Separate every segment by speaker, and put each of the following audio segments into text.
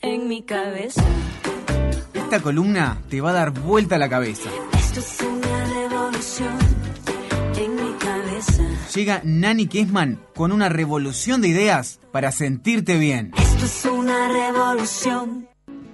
Speaker 1: en mi cabeza.
Speaker 2: Esta columna te va a dar vuelta la cabeza.
Speaker 1: Esto es una revolución en mi cabeza.
Speaker 2: Llega Nani Kessman con una revolución de ideas para sentirte bien.
Speaker 1: Esto es una revolución.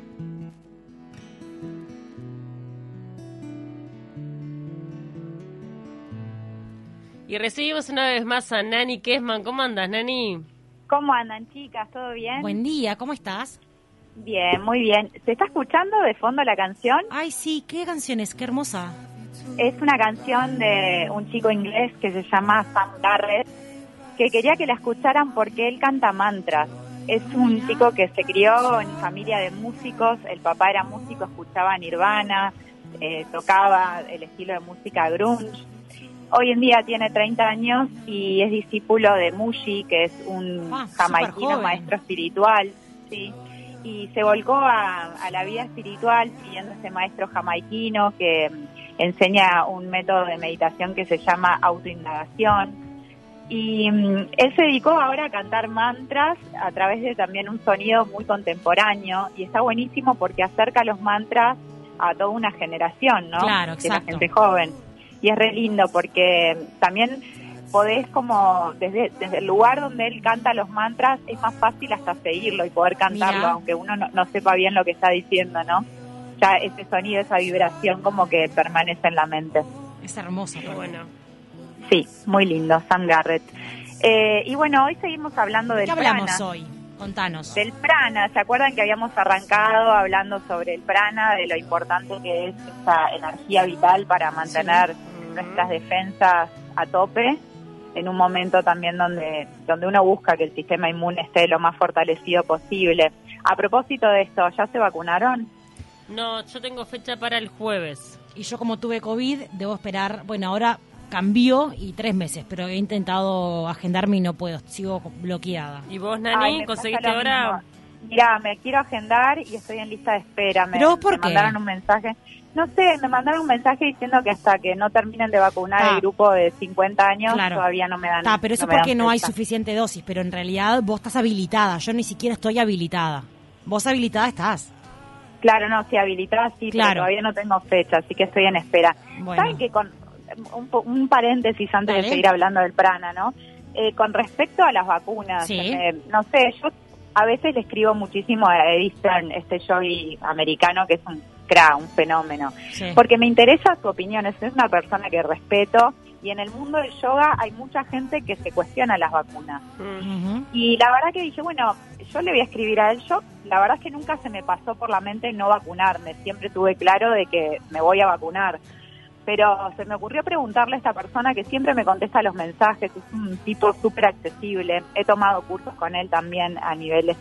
Speaker 3: Y recibimos una vez más a Nani Kessman. ¿Cómo andas, Nani?
Speaker 4: ¿Cómo andan, chicas? ¿Todo bien?
Speaker 5: Buen día, ¿cómo estás?
Speaker 4: Bien, muy bien. ¿Se está escuchando de fondo la canción?
Speaker 5: Ay, sí, ¿qué canción es? Qué hermosa.
Speaker 4: Es una canción de un chico inglés que se llama Sam Garrett, que quería que la escucharan porque él canta mantras. Es un chico que se crió en familia de músicos, el papá era músico, escuchaba Nirvana, tocaba el estilo de música grunge. Hoy en día tiene 30 años y es discípulo de Mushi, que es un jamaiquino maestro espiritual, sí, y se volcó a la vida espiritual siguiendo ese maestro jamaiquino que enseña un método de meditación que se llama autoindagación. Y él se dedicó ahora a cantar mantras a través de también un sonido muy contemporáneo, y está buenísimo porque acerca los mantras a toda una generación, ¿no?
Speaker 5: Claro,
Speaker 4: de la
Speaker 5: exacto.
Speaker 4: gente joven. Y es re lindo porque también podés como, desde el lugar donde él canta los mantras, es más fácil hasta seguirlo y poder cantarlo,
Speaker 5: Mirá.
Speaker 4: aunque uno no sepa bien lo que está diciendo, ¿no? Ya ese sonido, esa vibración como que permanece en la mente.
Speaker 5: Es hermosa.
Speaker 3: Qué bueno.
Speaker 4: Sí, muy lindo, Sam Garrett. Y bueno, hoy seguimos hablando del
Speaker 5: ¿Qué hablamos
Speaker 4: prana.
Speaker 5: hoy? Contanos.
Speaker 4: Del prana, ¿se acuerdan que habíamos arrancado hablando sobre el prana, de lo importante que es esa energía vital para mantener nuestras defensas a tope, en un momento también donde uno busca que el sistema inmune esté lo más fortalecido posible? A propósito de esto, ¿ya se vacunaron?
Speaker 3: No, yo tengo fecha para el jueves.
Speaker 5: Y yo como tuve COVID, debo esperar, bueno, ahora cambió y 3 meses, pero he intentado agendarme y no puedo, sigo bloqueada.
Speaker 3: ¿Y vos,
Speaker 4: Ay,
Speaker 3: Nani,
Speaker 4: me
Speaker 3: conseguiste
Speaker 4: pasa lo
Speaker 3: hora?
Speaker 4: mismo. Mirá, me quiero agendar y estoy en lista de espera.
Speaker 5: ¿Pero vos por
Speaker 4: me
Speaker 5: qué?
Speaker 4: mandaron un mensaje. No sé, me mandaron un mensaje diciendo que hasta que no terminen de vacunar
Speaker 5: Ah.
Speaker 4: el grupo de 50 años,
Speaker 5: Claro.
Speaker 4: todavía no me dan.
Speaker 5: Está, pero eso
Speaker 4: no me dan
Speaker 5: porque no hay
Speaker 4: fecha.
Speaker 5: suficiente dosis, pero en realidad vos estás habilitada, yo ni siquiera estoy habilitada. Vos habilitada estás.
Speaker 4: Claro, no, sí, habilitada sí,
Speaker 5: Claro.
Speaker 4: pero todavía no tengo fecha, así que estoy en espera.
Speaker 5: Bueno.
Speaker 4: ¿Saben que con un paréntesis antes
Speaker 5: Dale.
Speaker 4: de seguir hablando del prana, ¿no? Con respecto a las vacunas,
Speaker 5: Sí.
Speaker 4: no sé, yo a veces le escribo muchísimo a Eddie Stern, este yogi americano que es un fenómeno,
Speaker 5: Sí.
Speaker 4: porque me interesa su opinión, es una persona que respeto, y en el mundo del yoga hay mucha gente que se cuestiona las vacunas.
Speaker 5: Ujú.
Speaker 4: Y la verdad que dije, bueno, yo le voy a escribir a él. La verdad es que nunca se me pasó por la mente no vacunarme. Siempre tuve claro de que me voy a vacunar. Pero se me ocurrió preguntarle a esta persona que siempre me contesta los mensajes. Es un tipo súper accesible. He tomado cursos con él también a nivel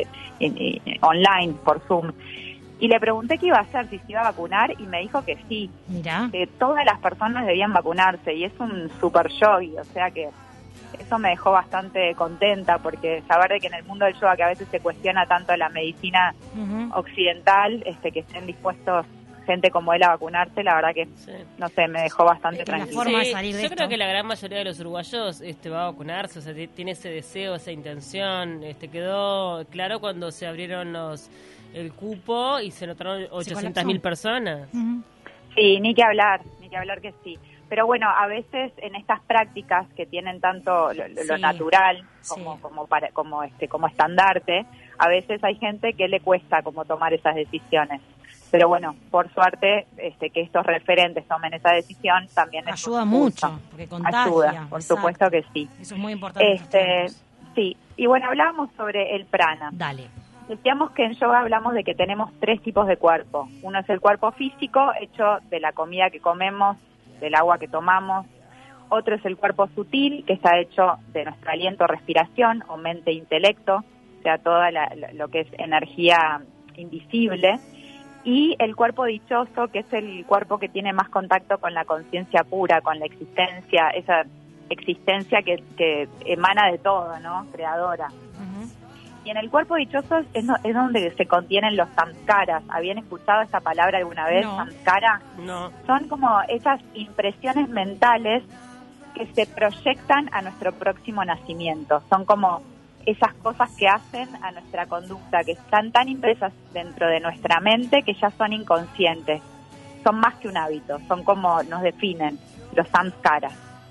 Speaker 4: online, por Zoom. Y le pregunté qué iba a hacer, si se iba a vacunar, y me dijo que sí,
Speaker 5: Mirá.
Speaker 4: que todas las personas debían vacunarse, y es un super yogi, o sea que eso me dejó bastante contenta, porque saber de que en el mundo del yoga, que a veces se cuestiona tanto la medicina
Speaker 5: Ujú.
Speaker 4: occidental, que estén dispuestos gente como él a vacunarse, la verdad que,
Speaker 3: Sí.
Speaker 4: no sé, me dejó bastante
Speaker 5: Es la
Speaker 4: tranquila.
Speaker 5: forma de salir de
Speaker 3: yo
Speaker 5: esto.
Speaker 3: creo que la gran mayoría de los uruguayos va a vacunarse, o sea, tiene ese deseo, esa intención. Quedó claro cuando se abrieron el cupo y se notaron 800.000 personas.
Speaker 5: Ujú.
Speaker 4: Sí, ni que hablar que sí. Pero bueno, a veces en estas prácticas que tienen tanto lo
Speaker 5: Sí.
Speaker 4: natural
Speaker 5: Sí.
Speaker 4: como estandarte, a veces hay gente que le cuesta como tomar esas decisiones. Pero bueno, por suerte que estos referentes tomen esa decisión también es
Speaker 5: Ayuda
Speaker 4: un
Speaker 5: mucho,
Speaker 4: impulso.
Speaker 5: porque contagia.
Speaker 4: Ayuda, por
Speaker 5: exacto.
Speaker 4: supuesto que sí.
Speaker 5: Eso es muy importante. en estos tiempos.
Speaker 4: Sí, y bueno, hablábamos sobre el prana.
Speaker 5: Dale.
Speaker 4: Decíamos que en yoga hablamos de que tenemos 3 tipos de cuerpo. Uno es el cuerpo físico, hecho de la comida que comemos, del agua que tomamos. Otro es el cuerpo sutil, que está hecho de nuestro aliento, respiración, o mente e intelecto, o sea, toda lo que es energía invisible. Y el cuerpo dichoso, que es el cuerpo que tiene más contacto con la conciencia pura, con la existencia, esa existencia que emana de todo, ¿no? Creadora.
Speaker 5: Ujú.
Speaker 4: Y en el cuerpo dichoso es donde se contienen los samskaras. ¿Habían escuchado esa palabra alguna vez,
Speaker 5: No.
Speaker 4: samskara?
Speaker 3: No.
Speaker 4: Son como esas impresiones mentales que se proyectan a nuestro próximo nacimiento. Son como esas cosas que hacen a nuestra conducta, que están tan impresas dentro de nuestra mente que ya son inconscientes. Son más que un hábito, son como nos definen, los samskaras.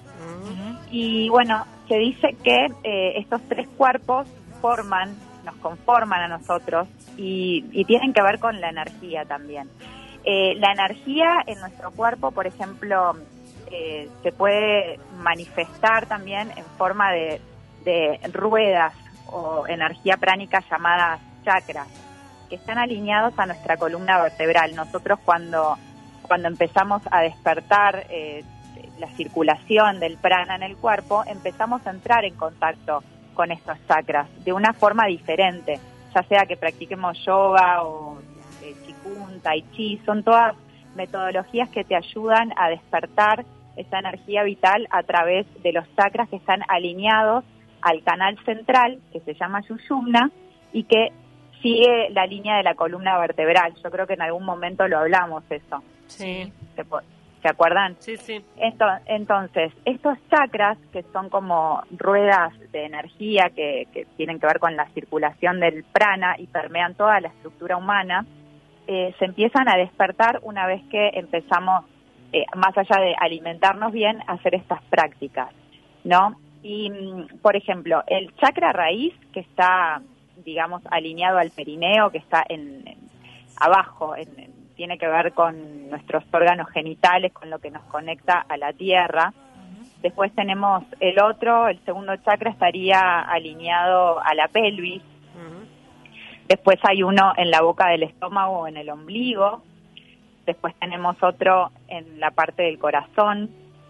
Speaker 4: Y bueno, se dice que estos 3 cuerpos nos conforman a nosotros y tienen que ver con la energía también. La energía en nuestro cuerpo, por ejemplo, se puede manifestar también en forma de ruedas o energía pránica llamadas chakras, que están alineados a nuestra columna vertebral. Nosotros cuando empezamos a despertar la circulación del prana en el cuerpo, empezamos a entrar en contacto con estos chakras de una forma diferente, ya sea que practiquemos yoga o Qigong, Tai Chi, son todas metodologías que te ayudan a despertar esa energía vital a través de los chakras que están alineados al canal central, que se llama Sushumna, y que sigue la línea de la columna vertebral. Yo creo que en algún momento lo hablamos eso.
Speaker 3: Sí.
Speaker 4: ¿Se acuerdan?
Speaker 3: Sí, sí.
Speaker 4: Entonces, estos chakras, que son como ruedas de energía que tienen que ver con la circulación del prana y permean toda la estructura humana, se empiezan a despertar una vez que empezamos, más allá de alimentarnos bien, a hacer estas prácticas, ¿no? Y, por ejemplo, el chakra raíz, que está, digamos, alineado al perineo, que está abajo, tiene que ver con nuestros órganos genitales, con lo que nos conecta a la tierra. Después tenemos el segundo chakra estaría alineado a la pelvis. Después hay uno en la boca del estómago, en el ombligo. Después tenemos otro en la parte del corazón.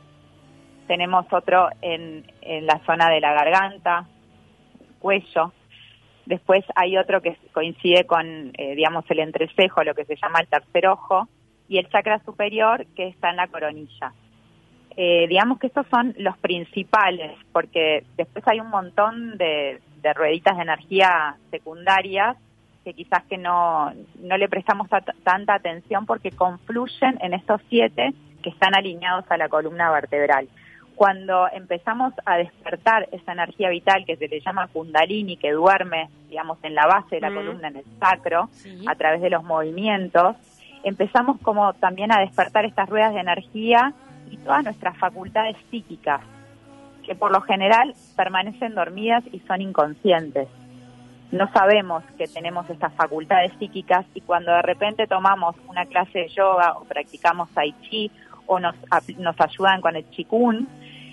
Speaker 4: Tenemos otro en la zona de la garganta, cuello. Después hay otro que coincide con, digamos, el entrecejo, lo que se llama el tercer ojo, y el chakra superior, que está en la coronilla. Digamos que estos son los principales, porque después hay un montón de rueditas de energía secundarias que quizás que no le prestamos tanta atención porque confluyen en estos 7 que están alineados a la columna vertebral. Cuando empezamos a despertar esa energía vital que se le llama kundalini, que duerme, digamos, en la base de la columna, en el sacro, a través de los movimientos, empezamos como también a despertar estas ruedas de energía y todas nuestras facultades psíquicas, que por lo general permanecen dormidas y son inconscientes. No sabemos que tenemos estas facultades psíquicas y cuando de repente tomamos una clase de yoga o practicamos Tai Chi o nos ayudan con el Qigong,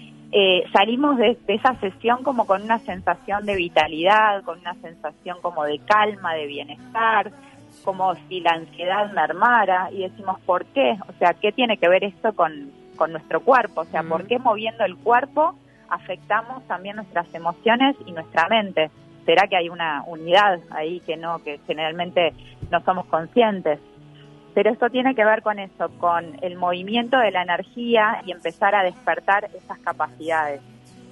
Speaker 4: salimos de esa sesión como con una sensación de vitalidad, con una sensación como de calma, de bienestar, como si la ansiedad mermara y decimos, ¿por qué? O sea, ¿qué tiene que ver esto con nuestro cuerpo? O sea, ¿por qué moviendo el cuerpo afectamos también nuestras emociones y nuestra mente? ¿Será que hay una unidad ahí que generalmente no somos conscientes? Pero esto tiene que ver con eso, con el movimiento de la energía y empezar a despertar esas capacidades.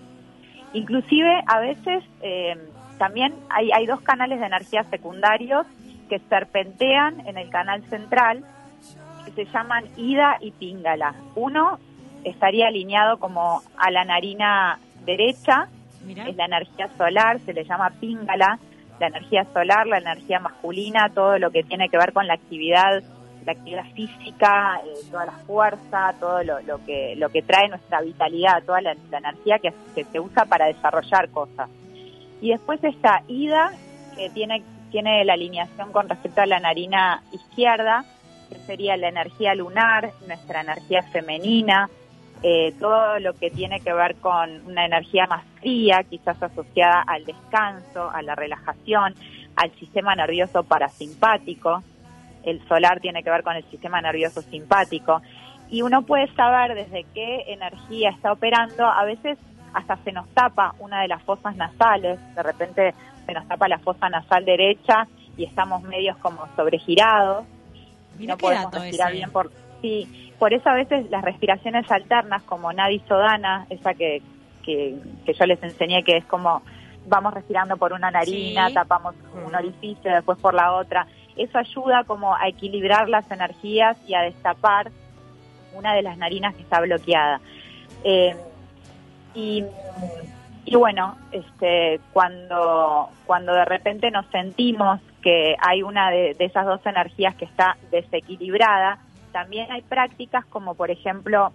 Speaker 4: Inclusive, a veces, también hay 2 canales de energía secundarios que serpentean en el canal central, que se llaman Ida y Pingala. Uno estaría alineado como a la narina derecha, es la energía solar, se le llama Pingala, la energía solar, la energía masculina, todo lo que tiene que ver con la actividad física, toda la fuerza, todo lo que trae nuestra vitalidad, toda la energía que se usa para desarrollar cosas. Y después está Ida, que tiene la alineación con respecto a la narina izquierda, que sería la energía lunar, nuestra energía femenina, todo lo que tiene que ver con una energía más fría, quizás asociada al descanso, a la relajación, al sistema nervioso parasimpático. El solar tiene que ver con el sistema nervioso simpático. Y uno puede saber desde qué energía está operando. A veces hasta se nos tapa una de las fosas nasales, de repente se nos tapa la fosa nasal derecha y estamos medios como sobregirados.
Speaker 5: Mira,
Speaker 4: no podemos respirar bien por eso a veces las respiraciones alternas como Nadi Sodhana, esa que yo les enseñé, que es como vamos respirando por una narina, tapamos un orificio, después por la otra. Eso ayuda como a equilibrar las energías y a destapar una de las narinas que está bloqueada. Y Y bueno, cuando de repente nos sentimos que hay una de esas dos energías que está desequilibrada, también hay prácticas como por ejemplo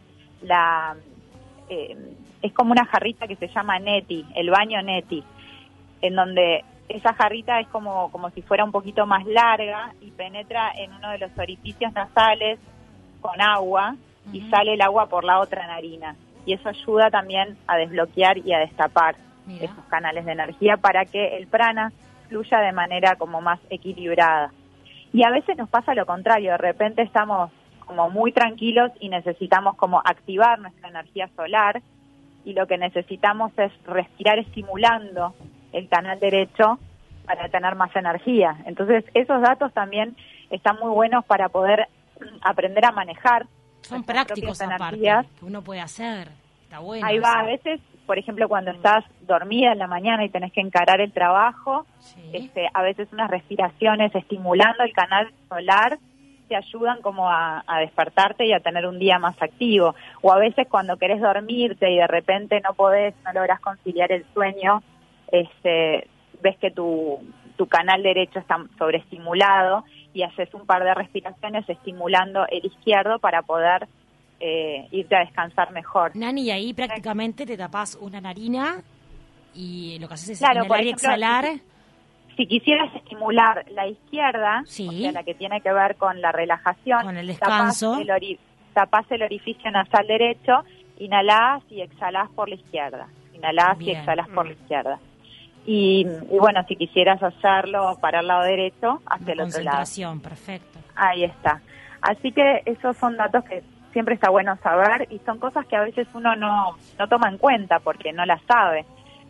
Speaker 4: es como una jarrita que se llama neti, el baño neti, en donde esa jarrita es como si fuera un poquito más larga y penetra en uno de los orificios nasales con agua y sale el agua por la otra narina. Y eso ayuda también a desbloquear y a destapar esos canales de energía para que el prana fluya de manera como más equilibrada. Y a veces nos pasa lo contrario, de repente estamos como muy tranquilos y necesitamos como activar nuestra energía solar y lo que necesitamos es respirar estimulando el canal derecho para tener más energía. Entonces esos datos también están muy buenos para poder aprender a manejar.
Speaker 5: Son prácticos aparte, que uno puede hacer. Está bueno.
Speaker 4: Ahí va, a veces, por ejemplo, cuando estás dormida en la mañana y tenés que encarar el trabajo, a veces unas respiraciones estimulando el canal solar te ayudan como a despertarte y a tener un día más activo. O a veces cuando querés dormirte y de repente no lográs conciliar el sueño, ves que tu canal derecho está sobreestimulado y haces un par de respiraciones estimulando el izquierdo para poder irte a descansar mejor.
Speaker 5: Nani, y ahí prácticamente te tapás una narina y lo que haces es
Speaker 4: inhalar
Speaker 5: y exhalar.
Speaker 4: Si quisieras estimular la izquierda, o sea, la que tiene que ver con la relajación,
Speaker 5: con el descanso,
Speaker 4: tapás el orificio nasal derecho, inhalás y exhalás por la izquierda. Inhalás y exhalás por la izquierda. Y bueno, si quisieras hacerlo para el lado derecho, hacia el otro lado.
Speaker 5: Concentración, perfecto.
Speaker 4: Ahí está. Así que esos son datos que siempre está bueno saber y son cosas que a veces uno no toma en cuenta porque no las sabe.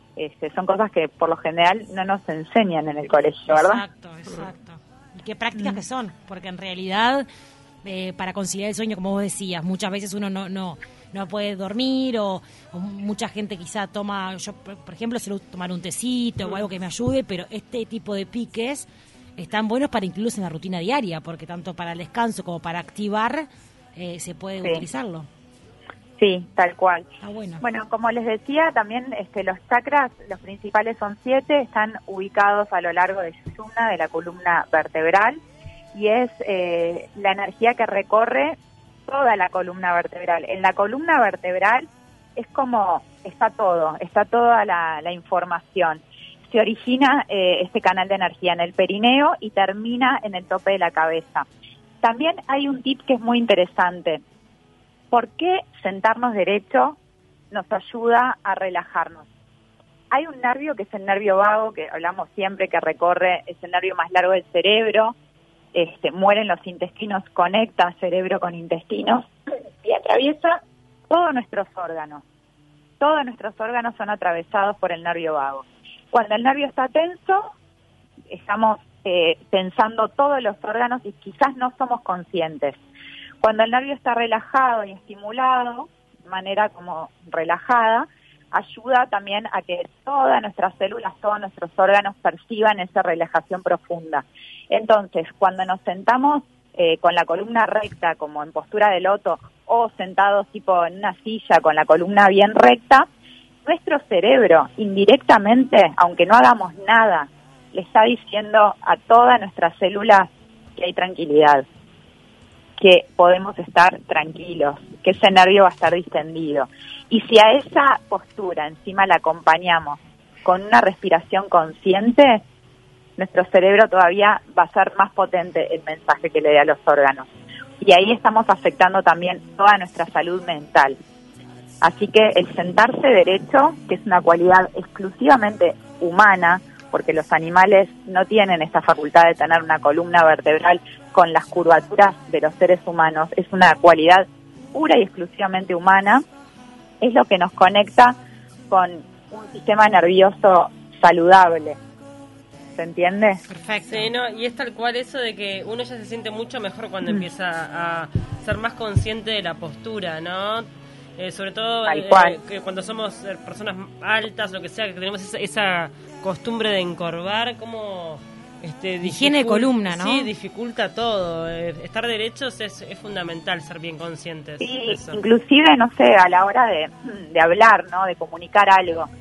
Speaker 4: Son cosas que por lo general no nos enseñan en el colegio, ¿verdad?
Speaker 5: Exacto. Y qué prácticas que son, porque en realidad para conciliar el sueño, como vos decías, muchas veces uno no puede dormir o mucha gente quizá toma, yo por ejemplo suelo tomar un tecito o algo que me ayude, pero este tipo de piques están buenos para incluirlos en la rutina diaria, porque tanto para el descanso como para activar se puede utilizarlo.
Speaker 4: Sí, tal cual.
Speaker 5: Está bueno.
Speaker 4: Bueno, como les decía, también los chakras, los principales son 7, están ubicados a lo largo de Sushumna, de la columna vertebral, y es la energía que recorre toda la columna vertebral. En la columna vertebral es como está toda la información. Se origina este canal de energía en el perineo y termina en el tope de la cabeza. También hay un tip que es muy interesante. ¿Por qué sentarnos derecho nos ayuda a relajarnos? Hay un nervio que es el nervio vago, que hablamos siempre, que recorre, es el nervio más largo del cerebro, mueren los intestinos, conecta cerebro con intestinos y atraviesa todos nuestros órganos. Todos nuestros órganos son atravesados por el nervio vago. Cuando el nervio está tenso, estamos tensando todos los órganos y quizás no somos conscientes. Cuando el nervio está relajado y estimulado, de manera como relajada, ayuda también a que todas nuestras células, todos nuestros órganos perciban esa relajación profunda. Entonces, cuando nos sentamos con la columna recta, como en postura de loto, o sentados tipo en una silla con la columna bien recta, nuestro cerebro indirectamente, aunque no hagamos nada, le está diciendo a todas nuestras células que hay tranquilidad, que podemos estar tranquilos, que ese nervio va a estar distendido. Y si a esa postura encima la acompañamos con una respiración consciente, nuestro cerebro todavía va a ser más potente el mensaje que le dé a los órganos. Y ahí estamos afectando también toda nuestra salud mental. Así que el sentarse derecho, que es una cualidad exclusivamente humana, porque los animales no tienen esta facultad de tener una columna vertebral con las curvaturas de los seres humanos, es una cualidad pura y exclusivamente humana, es lo que nos conecta con un sistema nervioso saludable. ¿Se entiende?
Speaker 5: Perfecto.
Speaker 3: Sí, no, y es tal cual eso de que uno ya se siente mucho mejor cuando empieza a ser más consciente de la postura, ¿no? Sobre todo que cuando somos personas altas, lo que sea, que tenemos esa costumbre de encorvar, como
Speaker 5: higiene de columna, ¿no?
Speaker 3: Sí, dificulta todo. Estar derechos es fundamental, ser bien conscientes.
Speaker 4: Sí,
Speaker 3: de eso.
Speaker 4: Inclusive, no sé, a la hora de hablar, ¿no? De comunicar algo.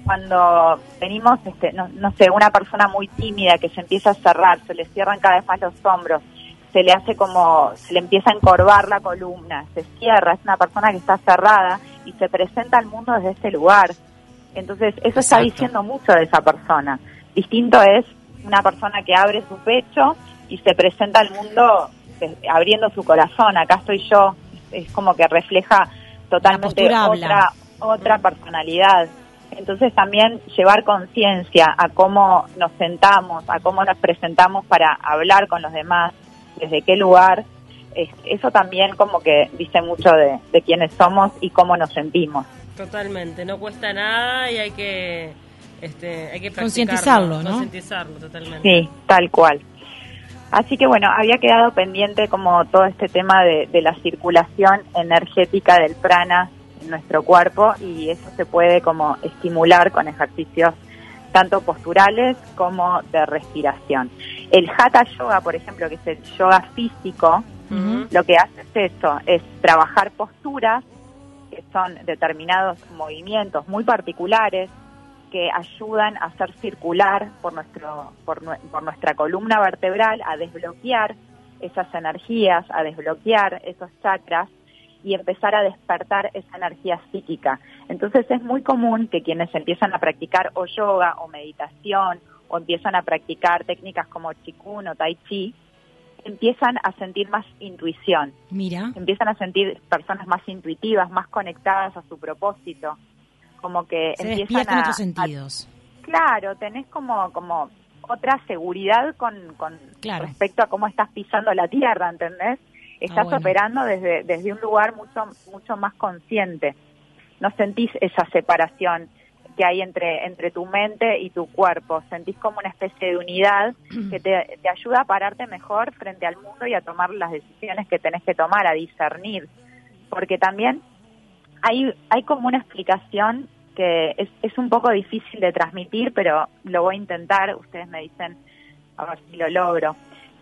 Speaker 4: cuando venimos, no sé, una persona muy tímida que se empieza a cerrar, se le cierran cada vez más los hombros, se le empieza a encorvar la columna, se cierra, es una persona que está cerrada y se presenta al mundo desde ese lugar. Entonces, eso está diciendo mucho de esa persona. Distinto es una persona que abre su pecho y se presenta al mundo abriendo su corazón. Acá estoy yo, es como que refleja totalmente otra personalidad. Entonces también llevar conciencia a cómo nos sentamos, a cómo nos presentamos para hablar con los demás, desde qué lugar, eso también como que dice mucho de quiénes somos y cómo nos sentimos.
Speaker 3: Totalmente, no cuesta nada y hay que
Speaker 5: concientizarlo, ¿no?
Speaker 3: Concientizarlo totalmente.
Speaker 4: Sí, tal cual. Así que bueno, había quedado pendiente como todo este tema de la circulación energética del prana en nuestro cuerpo, y eso se puede como estimular con ejercicios tanto posturales como de respiración. El Hatha Yoga, por ejemplo, que es el yoga físico, lo que hace es eso, es trabajar posturas que son determinados movimientos muy particulares que ayudan a hacer circular por nuestra columna vertebral, a desbloquear esas energías, a desbloquear esos chakras y empezar a despertar esa energía psíquica. Entonces es muy común que quienes empiezan a practicar o yoga o meditación o empiezan a practicar técnicas como Qigong o Tai Chi, empiezan a sentir más intuición.
Speaker 5: Mira.
Speaker 4: Empiezan a sentir personas más intuitivas, más conectadas a su propósito. Como que
Speaker 5: se
Speaker 4: empiezan
Speaker 5: despiertan otros sentidos.
Speaker 4: Claro, tenés como otra seguridad con respecto a cómo estás pisando la tierra, ¿entendés? Estás operando desde un lugar mucho más consciente. No sentís esa separación que hay entre tu mente y tu cuerpo. Sentís como una especie de unidad que te ayuda a pararte mejor frente al mundo y a tomar las decisiones que tenés que tomar, a discernir. Porque también hay como una explicación que es un poco difícil de transmitir, pero lo voy a intentar. Ustedes me dicen a ver si lo logro.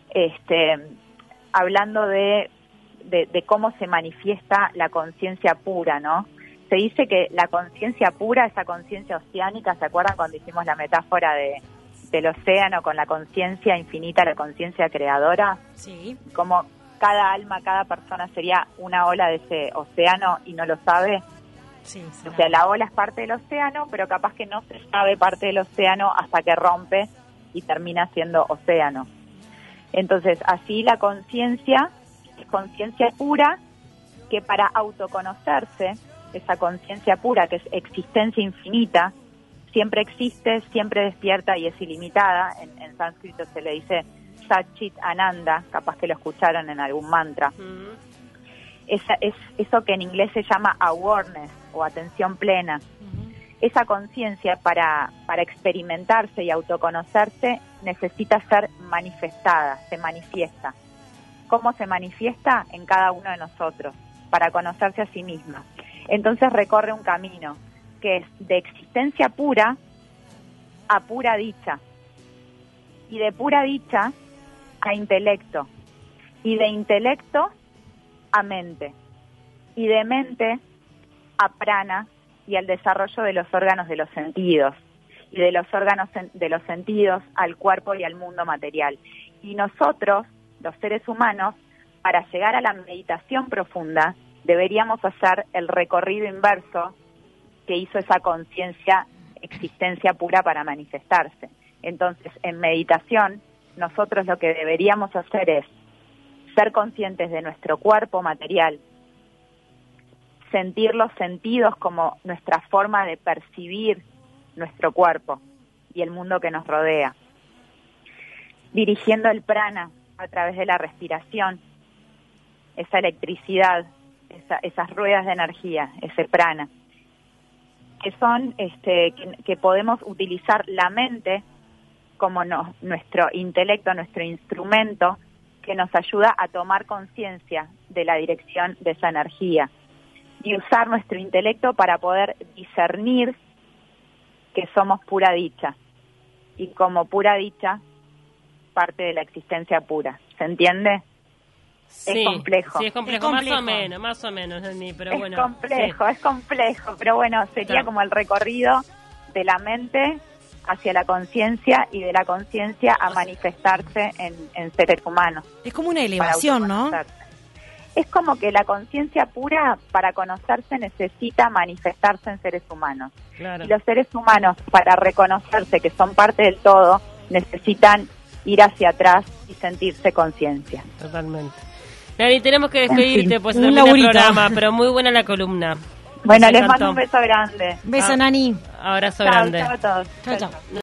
Speaker 4: Hablando de cómo se manifiesta la conciencia pura, ¿no? Se dice que la conciencia pura, esa conciencia oceánica, ¿se acuerdan cuando hicimos la metáfora del océano con la conciencia infinita, la conciencia creadora?
Speaker 5: Sí.
Speaker 4: Como cada alma, cada persona sería una ola de ese océano y no lo sabe.
Speaker 5: Sí,
Speaker 4: o sea, la ola es parte del océano, pero capaz que no se sabe parte del océano hasta que rompe y termina siendo océano. Entonces, así la conciencia es conciencia pura, que para autoconocerse, esa conciencia pura que es existencia infinita, siempre existe, siempre despierta y es ilimitada. En sánscrito se le dice Satchit Ananda, capaz que lo escucharon en algún mantra. Es eso que en inglés se llama awareness o atención plena. Esa conciencia para experimentarse y autoconocerse necesita ser manifestada, se manifiesta. ¿Cómo se manifiesta? En cada uno de nosotros, para conocerse a sí misma. Entonces recorre un camino que es de existencia pura a pura dicha, y de pura dicha a intelecto, y de intelecto a mente, y de mente a prana y al desarrollo de los órganos de los sentidos, y de los órganos de los sentidos al cuerpo y al mundo material. Y nosotros, los seres humanos, para llegar a la meditación profunda, deberíamos hacer el recorrido inverso que hizo esa conciencia, existencia pura para manifestarse. Entonces, en meditación, nosotros lo que deberíamos hacer es ser conscientes de nuestro cuerpo material, sentir los sentidos como nuestra forma de percibir nuestro cuerpo y el mundo que nos rodea, dirigiendo el prana a través de la respiración, esa electricidad, esas ruedas de energía, ese prana, que son que podemos utilizar la mente como nuestro intelecto, nuestro instrumento que nos ayuda a tomar conciencia de la dirección de esa energía, y usar nuestro intelecto para poder discernir que somos pura dicha, y como pura dicha, parte de la existencia pura. ¿Se entiende?
Speaker 3: Sí,
Speaker 4: es complejo.
Speaker 3: Sí, es complejo, más o menos, pero
Speaker 4: es
Speaker 3: bueno.
Speaker 4: Complejo, sí. Es complejo, pero bueno, sería como el recorrido de la mente hacia la conciencia y de la conciencia a manifestarse en seres humanos.
Speaker 5: Es como una elevación, ¿no?
Speaker 4: Es como que la conciencia pura, para conocerse, necesita manifestarse en seres humanos.
Speaker 3: Claro.
Speaker 4: Y los seres humanos, para reconocerse que son parte del todo, necesitan ir hacia atrás y sentirse conciencia.
Speaker 3: Totalmente. Nani, tenemos que despedirte, pues
Speaker 5: un
Speaker 3: termina el
Speaker 5: laburito.
Speaker 3: programa, pero muy buena la columna.
Speaker 4: Bueno,
Speaker 3: Nos
Speaker 4: les
Speaker 3: encantó.
Speaker 4: mando un beso grande.
Speaker 5: Beso, Nani.
Speaker 3: Abrazo
Speaker 4: Chao,
Speaker 3: grande.
Speaker 4: chao a todos.
Speaker 5: Chao, chao.